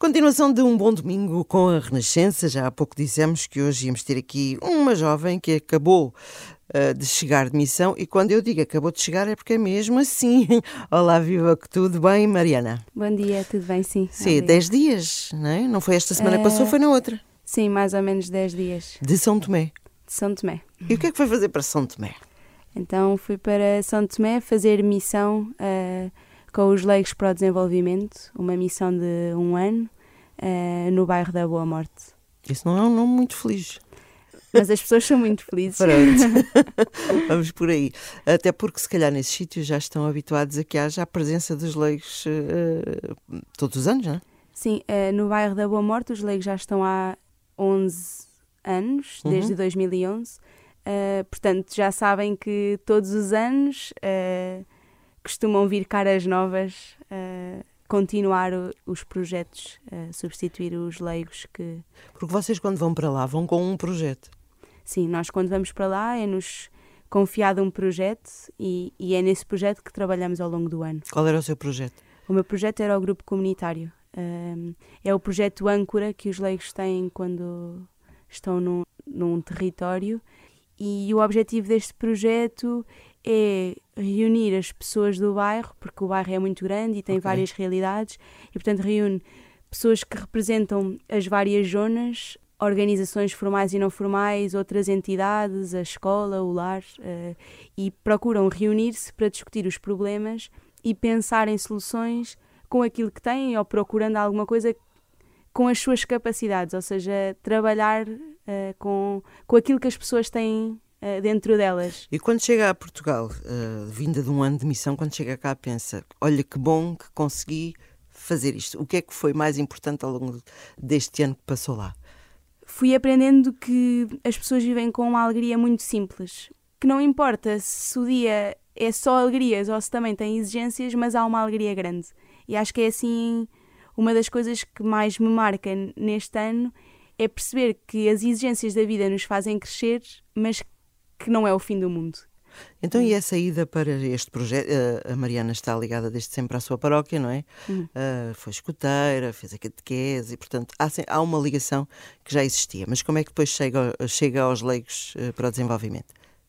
Continuação de um bom domingo com a Renascença. Já há pouco dissemos que hoje íamos ter aqui uma jovem que acabou de chegar de missão, e quando eu digo acabou de chegar é porque é mesmo assim. Olá, viva, que tudo bem, Mariana? Bom dia, tudo bem, sim. Sim, 10 dias, não é? Não foi esta semana que passou, foi na outra. Sim, mais ou menos 10 dias. De São Tomé. De São Tomé. E o que é que foi fazer para São Tomé? Então fui para São Tomé fazer missão com os Leigos para o Desenvolvimento, uma missão de 1 ano, no bairro da Boa Morte. Isso não é um nome muito feliz. Mas as pessoas são muito felizes. Pronto, vamos por aí. Até porque se calhar nesses sítios já estão habituados a que haja a presença dos leigos todos os anos, não é? Sim, no bairro da Boa Morte os Leigos já estão há 11 anos, desde 2011. Portanto, já sabem que todos os anos costumam vir caras novas, continuar os projetos, substituir os leigos que... Porque vocês quando vão para lá vão com um projeto. Sim, nós quando vamos para lá é-nos confiado um projeto e é nesse projeto que trabalhamos ao longo do ano. Qual era o seu projeto? O meu projeto era o grupo comunitário. É o projeto âncora que os leigos têm quando estão num território, e o objetivo deste projeto é reunir as pessoas do bairro, porque o bairro é muito grande e tem várias realidades, e portanto reúne pessoas que representam as várias zonas, organizações formais e não formais, outras entidades, a escola, o lar, e procuram reunir-se para discutir os problemas e pensar em soluções com aquilo que têm, ou procurando alguma coisa com as suas capacidades, ou seja, trabalhar com aquilo que as pessoas têm dentro delas. E quando chega a Portugal, vinda de um ano de missão, quando chega cá pensa, olha que bom que consegui fazer isto. O que é que foi mais importante ao longo deste ano que passou lá? Fui aprendendo que as pessoas vivem com uma alegria muito simples, que não importa se o dia é só alegrias ou se também tem exigências, mas há uma alegria grande. E acho que é assim, uma das coisas que mais me marca neste ano é perceber que as exigências da vida nos fazem crescer, mas que não é o fim do mundo. Então, e a saída para este projeto? A Mariana está ligada desde sempre à sua paróquia, não é? Foi escoteira, fez a catequese e, portanto, há uma ligação que já existia. Mas como é que depois chega aos leigos para o desenvolvimento?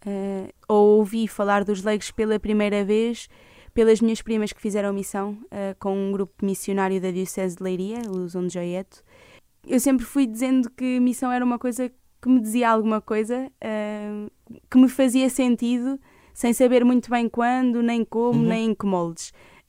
Ouvi falar dos leigos pela primeira vez pelas minhas primas que fizeram missão com um grupo missionário da Diocese de Leiria, o Zon de Joieto. Eu sempre fui dizendo que missão era uma coisa que me dizia alguma coisa, que me fazia sentido, sem saber muito bem quando, nem como, nem em que moldes.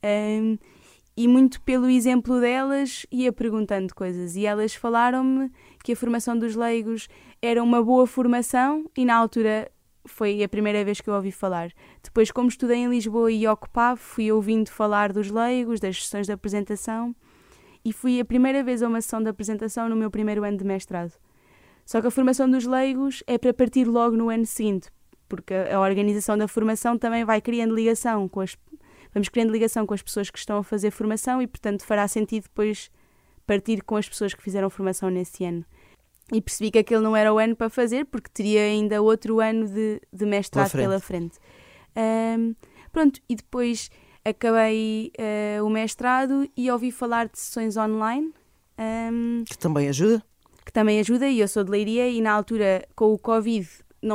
E muito pelo exemplo delas ia perguntando coisas. E elas falaram-me que a formação dos leigos era uma boa formação e na altura foi a primeira vez que eu ouvi falar. Depois, como estudei em Lisboa e ocupava, fui ouvindo falar dos leigos, das sessões de apresentação, e fui a primeira vez a uma sessão de apresentação no meu primeiro ano de mestrado. Só que a formação dos leigos é para partir logo no ano seguinte, porque a organização da formação também vai criando ligação vamos criando ligação com as pessoas que estão a fazer formação e, portanto, fará sentido depois partir com as pessoas que fizeram formação nesse ano. E percebi que aquele não era o ano para fazer, porque teria ainda outro ano de mestrado pela frente. Pronto, e depois acabei o mestrado e ouvi falar de sessões online. Que também ajuda? Que também ajuda, e eu sou de Leiria e na altura, com o Covid,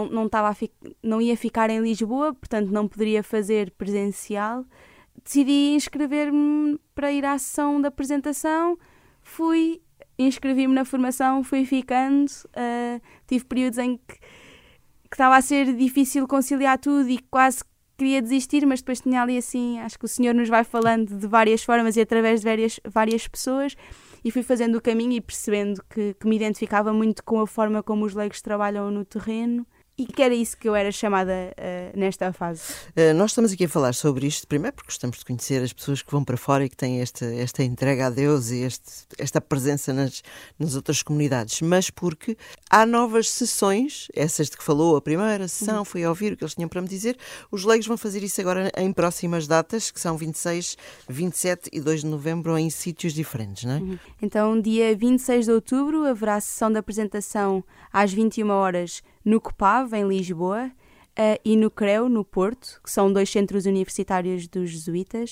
não ia ficar em Lisboa, portanto não poderia fazer presencial. Decidi inscrever-me para ir à sessão de apresentação, inscrevi-me na formação, fui ficando, tive períodos em que estava a ser difícil conciliar tudo e quase queria desistir, mas depois tinha ali assim, acho que o Senhor nos vai falando de várias formas e através de várias pessoas, e fui fazendo o caminho e percebendo que me identificava muito com a forma como os leigos trabalham no terreno. E que era isso que eu era chamada nesta fase. Nós estamos aqui a falar sobre isto, primeiro porque gostamos de conhecer as pessoas que vão para fora e que têm esta entrega a Deus e esta presença nas outras comunidades, mas porque há novas sessões, essas de que falou, a primeira sessão, fui a ouvir o que eles tinham para me dizer. Os leigos vão fazer isso agora em próximas datas, que são 26, 27 e 2 de novembro, em sítios diferentes, não é? Então, dia 26 de outubro, haverá sessão de apresentação às 21 horas no COPAV, em Lisboa, e no CREU, no Porto, que são 2 centros universitários dos jesuítas.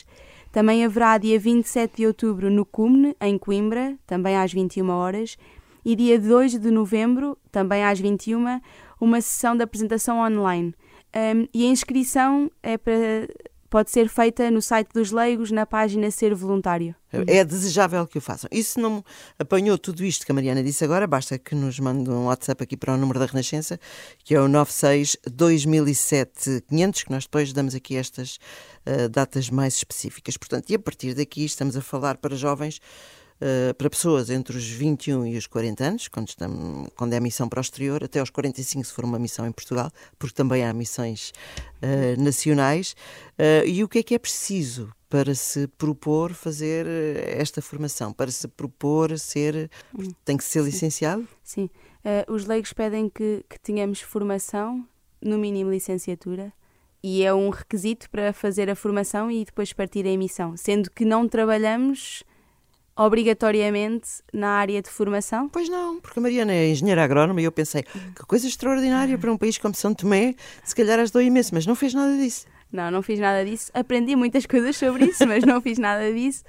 Também haverá dia 27 de outubro no CUMNE, em Coimbra, também às 21 horas, e dia 2 de novembro, também às 21, uma sessão de apresentação online. E a inscrição pode ser feita no site dos leigos, na página Ser Voluntário. É desejável que o façam. E se não apanhou tudo isto que a Mariana disse agora, basta que nos mande um WhatsApp aqui para o número da Renascença, que é o 96 2007 500, que nós depois damos aqui estas datas mais específicas. Portanto, e a partir daqui estamos a falar para jovens, para pessoas entre os 21 e os 40 anos, quando é missão para o exterior, até aos 45 se for uma missão em Portugal, porque também há missões nacionais. E o que é preciso para se propor fazer esta formação? Para se propor tem que ser licenciado? Sim. Os leigos pedem que tenhamos formação, no mínimo licenciatura, e é um requisito para fazer a formação e depois partir a missão, sendo que não trabalhamos obrigatoriamente na área de formação? Pois não, porque a Mariana é engenheira agrónoma e eu pensei, que coisa extraordinária para um país como São Tomé, se calhar ajudou imenso, mas não fez nada disso. Não fiz nada disso. Aprendi muitas coisas sobre isso, mas não fiz nada disso,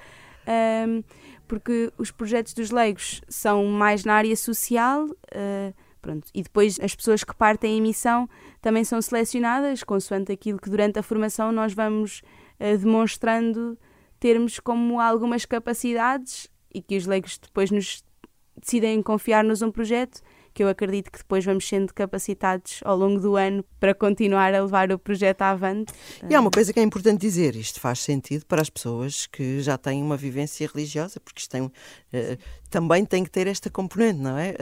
porque os projetos dos leigos são mais na área social, pronto. E depois as pessoas que partem em missão também são selecionadas, consoante aquilo que durante a formação nós vamos demonstrando termos como algumas capacidades e que os leigos depois nos decidem confiar-nos um projeto, que eu acredito que depois vamos sendo capacitados ao longo do ano para continuar a levar o projeto avante. E há uma coisa que é importante dizer, isto faz sentido para as pessoas que já têm uma vivência religiosa, porque isto também tem que ter esta componente, não é?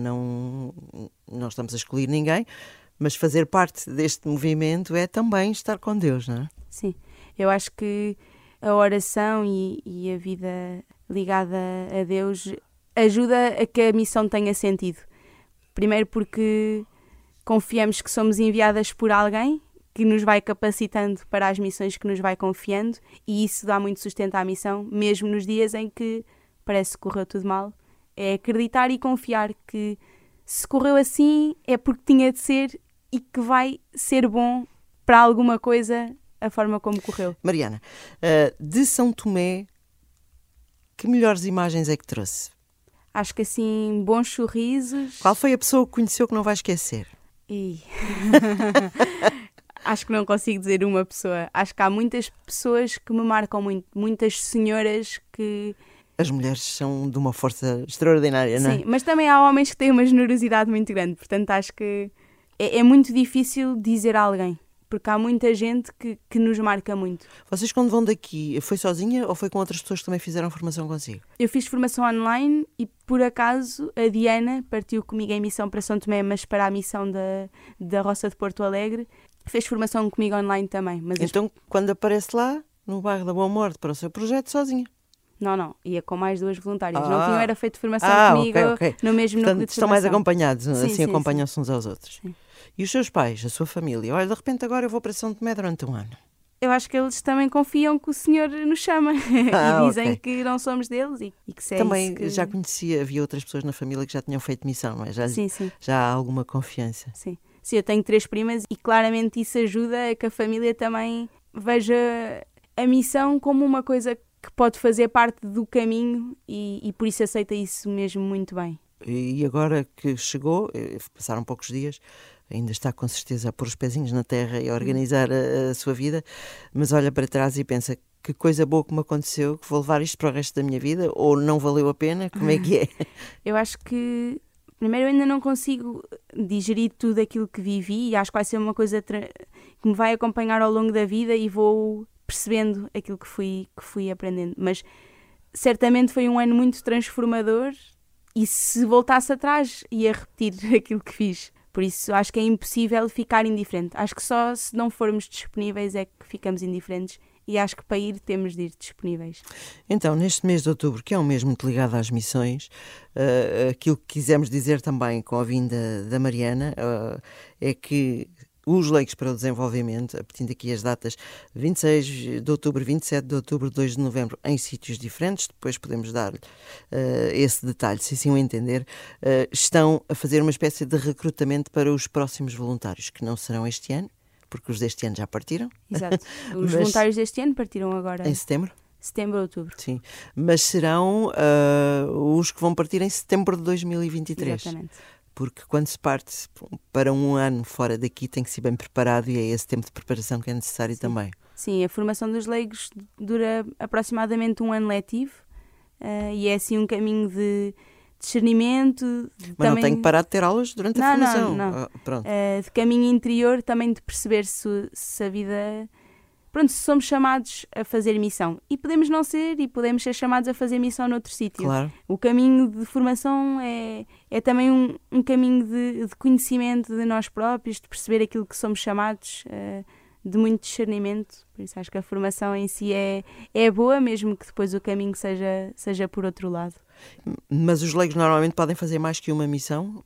Não estamos a excluir ninguém, mas fazer parte deste movimento é também estar com Deus, não é? Sim, eu acho que a oração e a vida ligada a Deus ajuda a que a missão tenha sentido. Primeiro porque confiamos que somos enviadas por alguém que nos vai capacitando para as missões que nos vai confiando, e isso dá muito sustento à missão, mesmo nos dias em que parece que correu tudo mal. É acreditar e confiar que se correu assim é porque tinha de ser e que vai ser bom para alguma coisa a forma como correu. Mariana, de São Tomé, que melhores imagens é que trouxe? Acho que assim, bons sorrisos. Qual foi a pessoa que conheceu que não vai esquecer? Acho que não consigo dizer uma pessoa. Acho que há muitas pessoas que me marcam muito. Muitas senhoras que... As mulheres são de uma força extraordinária, não é? Sim, mas também há homens que têm uma generosidade muito grande. Portanto, acho que é muito difícil dizer a alguém, porque há muita gente que nos marca muito. Vocês quando vão daqui, foi sozinha ou foi com outras pessoas que também fizeram formação consigo? Eu fiz formação online e, por acaso, a Diana partiu comigo em missão para São Tomé, mas para a missão da Roça de Porto Alegre. Fez formação comigo online também. Mas então, quando aparece lá, no bairro da Boa Morte, para o seu projeto, sozinha? Não, ia com mais 2 voluntárias. Não tinham era feito formação comigo okay. No mesmo Portanto, núcleo de estão formação. mais acompanhados, sim, assim sim, acompanham-se sim. uns aos outros. Sim. E os seus pais, a sua família? Olha, de repente agora eu vou para São Tomé durante um ano. Eu acho que eles também confiam que o Senhor nos chama e dizem que não somos deles e que se é também isso que... já conhecia, havia outras pessoas na família que já tinham feito missão, não é? Sim. Já há alguma confiança. Sim, eu tenho 3 primas e claramente isso ajuda a que a família também veja a missão como uma coisa que pode fazer parte do caminho e por isso aceita isso mesmo muito bem. E agora que chegou, passaram poucos dias, ainda está com certeza a pôr os pezinhos na terra e a organizar a sua vida, mas olha para trás e pensa, que coisa boa que me aconteceu, que vou levar isto para o resto da minha vida, ou não valeu a pena? Como é que é? Eu acho que, primeiro, eu ainda não consigo digerir tudo aquilo que vivi e acho que vai ser uma coisa que me vai acompanhar ao longo da vida e vou percebendo aquilo que fui aprendendo. Mas certamente foi um ano muito transformador e se voltasse atrás ia repetir aquilo que fiz. Por isso acho que é impossível ficar indiferente. Acho que só se não formos disponíveis é que ficamos indiferentes e acho que para ir temos de ir disponíveis. Então, neste mês de outubro, que é um mês muito ligado às missões, aquilo que quisemos dizer também com a vinda da Mariana é que os leigos para o desenvolvimento, repetindo aqui as datas, 26 de outubro, 27 de outubro, 2 de novembro, em sítios diferentes, depois podemos dar esse detalhe, se assim o entender, estão a fazer uma espécie de recrutamento para os próximos voluntários, que não serão este ano, porque os deste ano já partiram. Exato. Os voluntários deste ano partiram agora. Em setembro? setembro ou outubro. Sim, mas serão os que vão partir em setembro de 2023. Exatamente. Porque quando se parte para um ano fora daqui tem que ser bem preparado e é esse tempo de preparação que é necessário também. Sim, a formação dos leigos dura aproximadamente um ano letivo e é assim um caminho de discernimento. Mas também... não tem que parar de ter aulas durante a formação. Não. Pronto. De caminho interior, também de perceber se a vida... Pronto, se somos chamados a fazer missão. E podemos não ser, e podemos ser chamados a fazer missão noutro sítio. Claro. O caminho de formação é também um caminho de conhecimento de nós próprios, de perceber aquilo que somos chamados, de muito discernimento. Por isso acho que a formação em si é boa, mesmo que depois o caminho seja por outro lado. Mas os leigos normalmente podem fazer mais que uma missão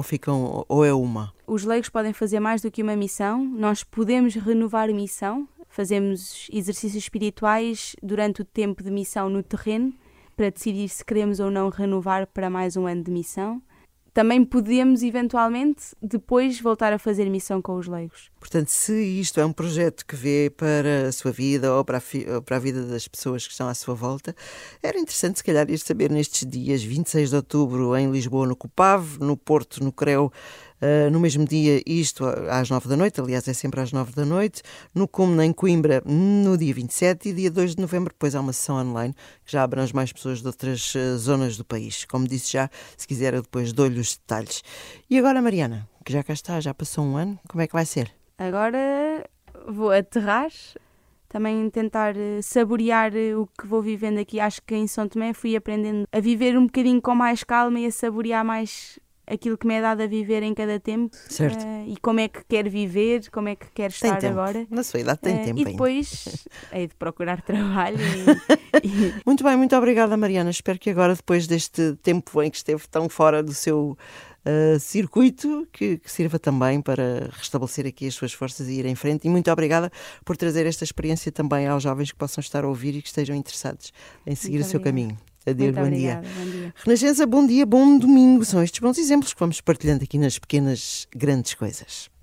ou é uma? Os leigos podem fazer mais do que uma missão. Nós podemos renovar a missão. Fazemos exercícios espirituais durante o tempo de missão no terreno para decidir se queremos ou não renovar para mais um ano de missão. Também podemos, eventualmente, depois voltar a fazer missão com os leigos. Portanto, se isto é um projeto que vê para a sua vida ou para a vida das pessoas que estão à sua volta, era interessante, se calhar, ir saber nestes dias, 26 de outubro, em Lisboa, no Copave, no Porto, no Creu, no mesmo dia, isto às 9 da noite, aliás é sempre às 9 da noite, no Cumna, em Coimbra, no dia 27 e dia 2 de novembro, depois há uma sessão online que já abrange mais pessoas de outras zonas do país. Como disse já, se quiser eu depois dou-lhe os detalhes. E agora, Mariana, que já cá está, já passou um ano, como é que vai ser? Agora vou aterrar, também tentar saborear o que vou vivendo aqui. Acho que em São Tomé fui aprendendo a viver um bocadinho com mais calma e a saborear mais aquilo que me é dado a viver em cada tempo. Certo. E como é que quero viver, como é que quero estar tem tempo. agora. Na sua idade tem tempo e depois hei de procurar trabalho. Muito bem, muito obrigada, Mariana. Espero que agora, depois deste tempo em que esteve tão fora do seu circuito, que sirva também para restabelecer aqui as suas forças e ir em frente. E muito obrigada por trazer esta experiência também aos jovens que possam estar a ouvir e que estejam interessados em seguir o seu caminho. Adeus, bom dia. Renascença, bom dia, bom domingo. São estes bons exemplos que vamos partilhando aqui nas pequenas grandes coisas.